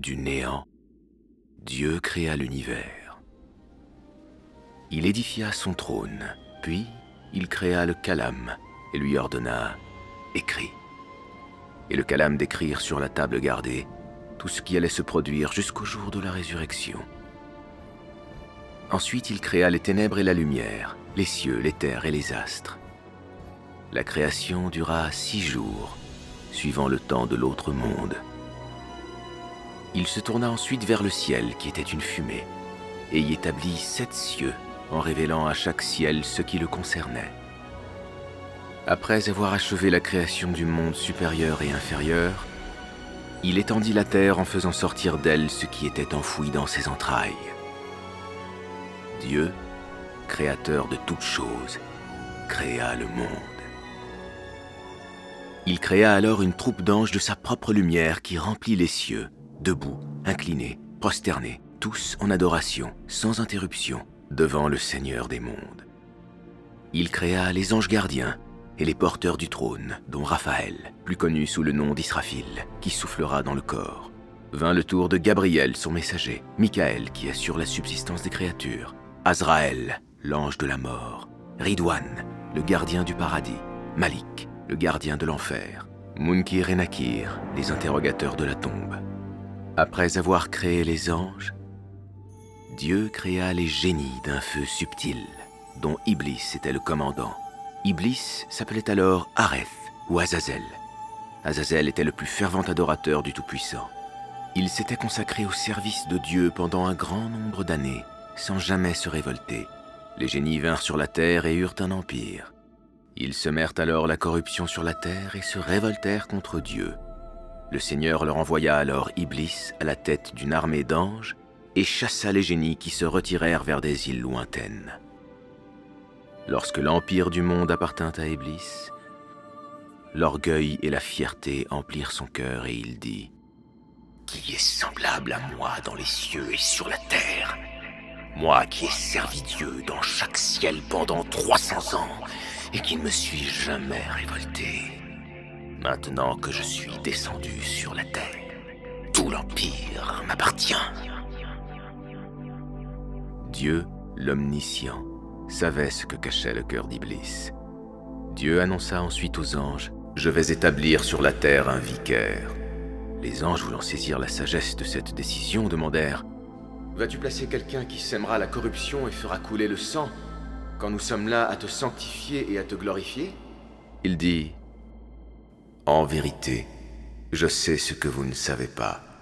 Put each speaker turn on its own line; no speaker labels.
Du néant, Dieu créa l'univers. Il édifia son trône, puis il créa le calame et lui ordonna « Écris ». Et le calame d'écrire sur la table gardée tout ce qui allait se produire jusqu'au jour de la résurrection. Ensuite, il créa les ténèbres et la lumière, les cieux, les terres et les astres. La création dura 6 jours, suivant le temps de l'autre monde. Il se tourna ensuite vers le ciel, qui était une fumée, et y établit 7 cieux, en révélant à chaque ciel ce qui le concernait. Après avoir achevé la création du monde supérieur et inférieur, il étendit la terre en faisant sortir d'elle ce qui était enfoui dans ses entrailles. Dieu, créateur de toutes choses, créa le monde. Il créa alors une troupe d'anges de sa propre lumière qui remplit les cieux, debout, inclinés, prosternés, tous en adoration, sans interruption, devant le Seigneur des mondes. Il créa les anges gardiens et les porteurs du trône, dont Raphaël, plus connu sous le nom d'Israfil, qui soufflera dans le corps. Vint le tour de Gabriel, son messager, Michael, qui assure la subsistance des créatures, Azraël, l'ange de la mort, Ridwan, le gardien du paradis, Malik, le gardien de l'enfer, Munkir et Nakir, les interrogateurs de la tombe. Après avoir créé les anges, Dieu créa les génies d'un feu subtil, dont Iblis était le commandant. Iblis s'appelait alors Areth ou Azazel. Azazel était le plus fervent adorateur du Tout-Puissant. Il s'était consacré au service de Dieu pendant un grand nombre d'années, sans jamais se révolter. Les génies vinrent sur la terre et eurent un empire. Ils semèrent alors la corruption sur la terre et se révoltèrent contre Dieu. Le Seigneur leur envoya alors Iblis à la tête d'une armée d'anges et chassa les génies qui se retirèrent vers des îles lointaines. Lorsque l'empire du monde appartint à Iblis, l'orgueil et la fierté emplirent son cœur et il dit « Qui est semblable à moi dans les cieux et sur la terre ? Moi qui ai servi Dieu dans chaque ciel pendant 300 ans et qui ne me suis jamais révolté. Maintenant que je suis descendu sur la terre, tout l'empire m'appartient. » Dieu, l'Omniscient, savait ce que cachait le cœur d'Iblis. Dieu annonça ensuite aux anges « Je vais établir sur la terre un vicaire. » Les anges, voulant saisir la sagesse de cette décision, demandèrent « Vas-tu placer quelqu'un qui sèmera la corruption et fera couler le sang, quand nous sommes là à te sanctifier et à te glorifier ?» Il dit « En vérité, je sais ce que vous ne savez pas.